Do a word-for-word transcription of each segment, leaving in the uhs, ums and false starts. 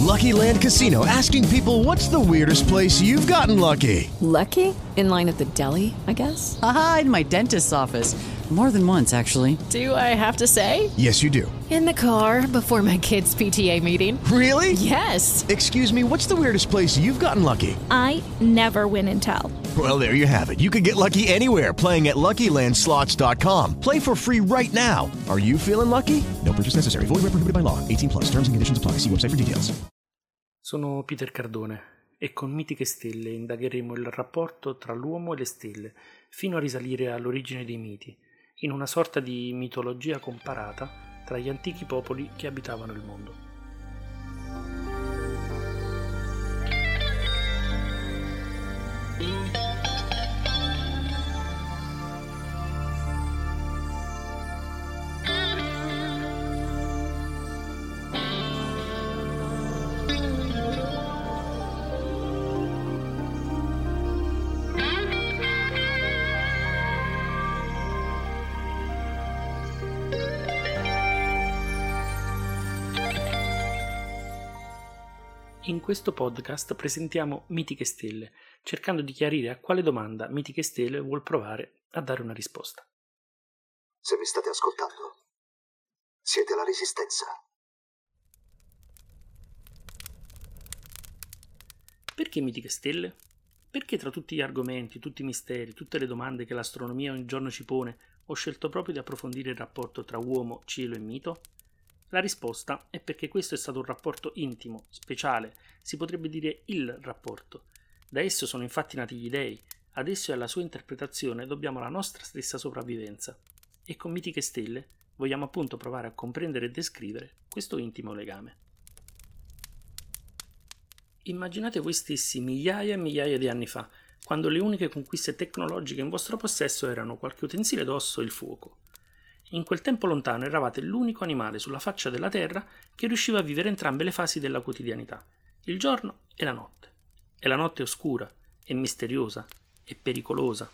Lucky Land Casino, asking people, what's the weirdest place you've gotten lucky? Lucky? In line at the deli, I guess? Aha, in my dentist's office. More than once, actually. Do I have to say? Yes, you do. In the car before my kids' P T A meeting. Really? Yes. Excuse me, what's the weirdest place you've gotten lucky? I never win and tell. Well, there you have it. You can get lucky anywhere, playing at Lucky Land Slots dot com. Play for free right now. Are you feeling lucky? No purchase necessary. Void where prohibited by law. eighteen plus. Terms and conditions apply. See website for details. Sono Peter Cardone e con Mitiche Stelle indagheremo il rapporto tra l'uomo e le stelle, fino a risalire all'origine dei miti, in una sorta di mitologia comparata tra gli antichi popoli che abitavano il mondo. In questo podcast presentiamo Mitiche Stelle, cercando di chiarire a quale domanda Mitiche Stelle vuol provare a dare una risposta. Se mi state ascoltando, siete la Resistenza. Perché Mitiche Stelle? Perché tra tutti gli argomenti, tutti i misteri, tutte le domande che l'astronomia ogni giorno ci pone, ho scelto proprio di approfondire il rapporto tra uomo, cielo e mito? La risposta è perché questo è stato un rapporto intimo, speciale, si potrebbe dire il rapporto. Da esso sono infatti nati gli dei, ad esso e alla sua interpretazione dobbiamo la nostra stessa sopravvivenza. E con Mitiche Stelle vogliamo appunto provare a comprendere e descrivere questo intimo legame. Immaginate voi stessi migliaia e migliaia di anni fa, quando le uniche conquiste tecnologiche in vostro possesso erano qualche utensile d'osso e il fuoco. In quel tempo lontano eravate l'unico animale sulla faccia della terra che riusciva a vivere entrambe le fasi della quotidianità, il giorno e la notte. E la notte è oscura, è misteriosa, è pericolosa.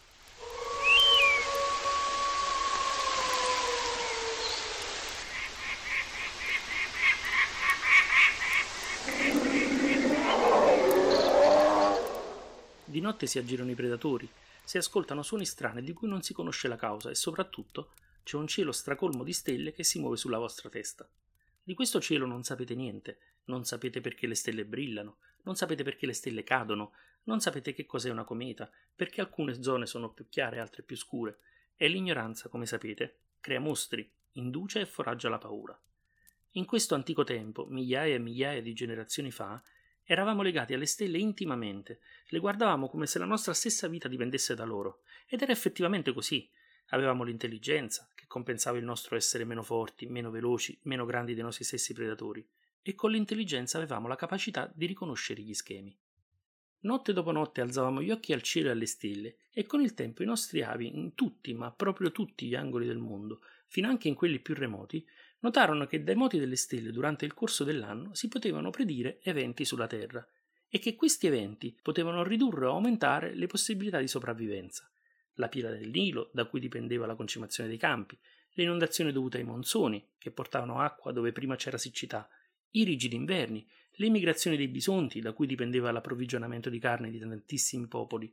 Di notte si aggirano i predatori, si ascoltano suoni strani di cui non si conosce la causa e soprattutto c'è un cielo stracolmo di stelle che si muove sulla vostra testa. Di questo cielo non sapete niente, non sapete perché le stelle brillano, non sapete perché le stelle cadono, non sapete che cos'è una cometa, perché alcune zone sono più chiare e altre più scure, e l'ignoranza, come sapete, crea mostri, induce e foraggia la paura. In questo antico tempo, migliaia e migliaia di generazioni fa, eravamo legati alle stelle intimamente, le guardavamo come se la nostra stessa vita dipendesse da loro, ed era effettivamente così. Avevamo l'intelligenza, che compensava il nostro essere meno forti, meno veloci, meno grandi dei nostri stessi predatori, e con l'intelligenza avevamo la capacità di riconoscere gli schemi. Notte dopo notte alzavamo gli occhi al cielo e alle stelle, e con il tempo i nostri avi, in tutti, ma proprio tutti gli angoli del mondo, finanche in quelli più remoti, notarono che dai moti delle stelle durante il corso dell'anno si potevano predire eventi sulla Terra, e che questi eventi potevano ridurre o aumentare le possibilità di sopravvivenza. La piena del Nilo, da cui dipendeva la concimazione dei campi, le inondazioni dovute ai monsoni, che portavano acqua dove prima c'era siccità, i rigidi inverni, le migrazioni dei bisonti, da cui dipendeva l'approvvigionamento di carne di tantissimi popoli.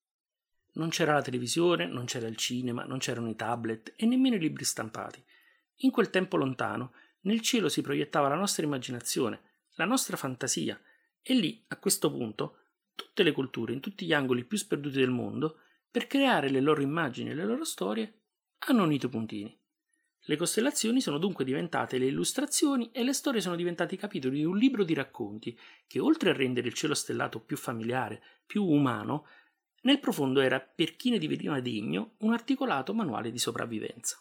Non c'era la televisione, non c'era il cinema, non c'erano i tablet e nemmeno i libri stampati. In quel tempo lontano, nel cielo si proiettava la nostra immaginazione, la nostra fantasia, e lì, a questo punto, tutte le culture, in tutti gli angoli più sperduti del mondo, per creare le loro immagini e le loro storie, hanno unito i puntini. Le costellazioni sono dunque diventate le illustrazioni e le storie sono diventate i capitoli di un libro di racconti che, oltre a rendere il cielo stellato più familiare, più umano, nel profondo era, per chi ne diveniva degno, un articolato manuale di sopravvivenza.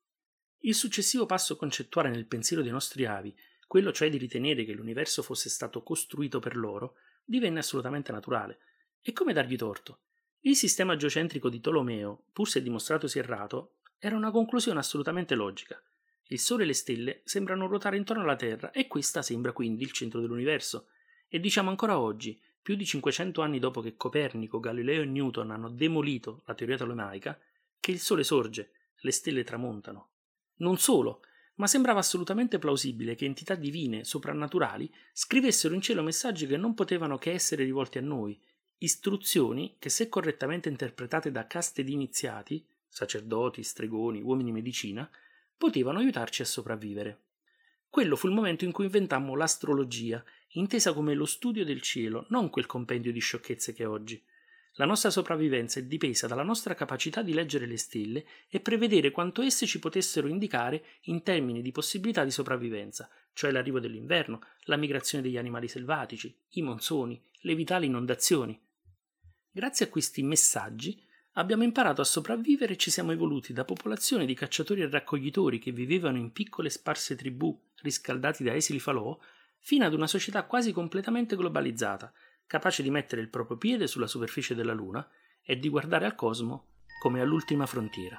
Il successivo passo concettuale nel pensiero dei nostri avi, quello cioè di ritenere che l'universo fosse stato costruito per loro, divenne assolutamente naturale. E come dargli torto? Il sistema geocentrico di Tolomeo, pur se dimostratosi errato, era una conclusione assolutamente logica. Il Sole e le stelle sembrano ruotare intorno alla Terra e questa sembra quindi il centro dell'universo. E diciamo ancora oggi, più di cinquecento anni dopo che Copernico, Galileo e Newton hanno demolito la teoria tolomaica, che il Sole sorge, le stelle tramontano. Non solo, ma sembrava assolutamente plausibile che entità divine, soprannaturali, scrivessero in cielo messaggi che non potevano che essere rivolti a noi, istruzioni che, se correttamente interpretate da caste di iniziati, sacerdoti, stregoni, uomini medicina, potevano aiutarci a sopravvivere. Quello fu il momento in cui inventammo l'astrologia, intesa come lo studio del cielo, non quel compendio di sciocchezze che è oggi. La nostra sopravvivenza è dipesa dalla nostra capacità di leggere le stelle e prevedere quanto esse ci potessero indicare in termini di possibilità di sopravvivenza, cioè l'arrivo dell'inverno, la migrazione degli animali selvatici, i monsoni, le vitali inondazioni. Grazie a questi messaggi abbiamo imparato a sopravvivere e ci siamo evoluti da popolazioni di cacciatori e raccoglitori che vivevano in piccole sparse tribù riscaldati da esili falò, fino ad una società quasi completamente globalizzata, capace di mettere il proprio piede sulla superficie della Luna e di guardare al cosmo come all'ultima frontiera.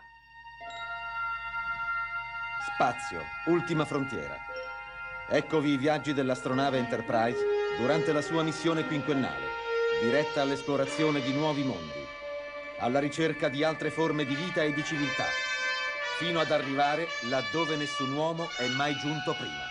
Spazio, ultima frontiera. Eccovi i viaggi dell'astronave Enterprise durante la sua missione quinquennale, diretta all'esplorazione di nuovi mondi, alla ricerca di altre forme di vita e di civiltà, fino ad arrivare laddove nessun uomo è mai giunto prima.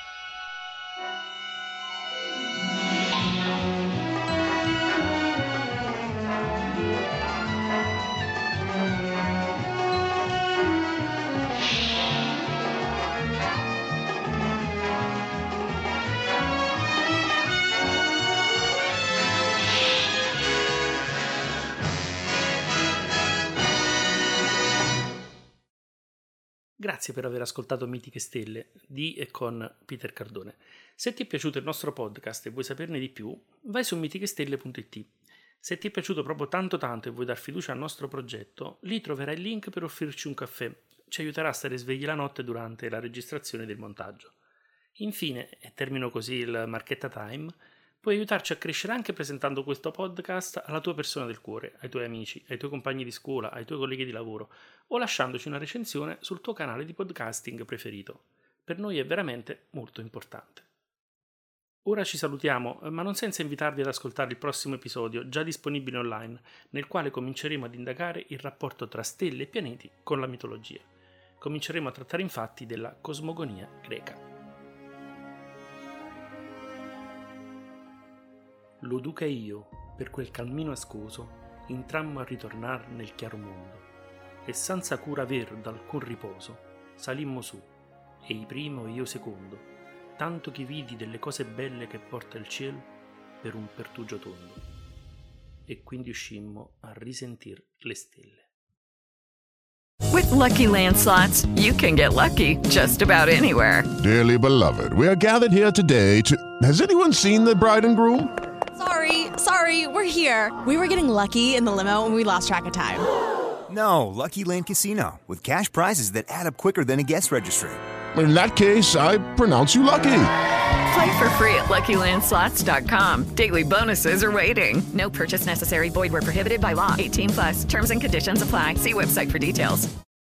Grazie per aver ascoltato Mitiche Stelle di e con Peter Cardone. Se ti è piaciuto il nostro podcast e vuoi saperne di più, vai su mitichestelle punto it. Se ti è piaciuto proprio tanto tanto e vuoi dar fiducia al nostro progetto, lì troverai il link per offrirci un caffè. Ci aiuterà a stare svegli la notte durante la registrazione del montaggio. Infine, e termino così il Marchetta Time, puoi aiutarci a crescere anche presentando questo podcast alla tua persona del cuore, ai tuoi amici, ai tuoi compagni di scuola, ai tuoi colleghi di lavoro, o lasciandoci una recensione sul tuo canale di podcasting preferito. Per noi è veramente molto importante. Ora ci salutiamo, ma non senza invitarvi ad ascoltare il prossimo episodio, già disponibile online, nel quale cominceremo ad indagare il rapporto tra stelle e pianeti con la mitologia. Cominceremo a trattare infatti della cosmogonia greca. Lo duca e io, per quel cammino ascoso, intrammo a ritornar nel chiaro mondo, e senza cura aver d'alcun riposo, salimmo su, e i primo e io secondo, tanto che vidi delle cose belle che porta il cielo per un pertugio tondo, e quindi uscimmo a risentir le stelle. With Lucky Land Slots, you can get lucky just about anywhere. Dearly beloved, we are gathered here today to... Has anyone seen the bride and groom? Sorry, sorry, we're here. We were getting lucky in the limo and we lost track of time. No, Lucky Land Casino, with cash prizes that add up quicker than a guest registry. In that case, I pronounce you lucky. Play for free at lucky land slots dot com. Daily bonuses are waiting. No purchase necessary. Void where prohibited by law. eighteen plus. Terms and conditions apply. See website for details.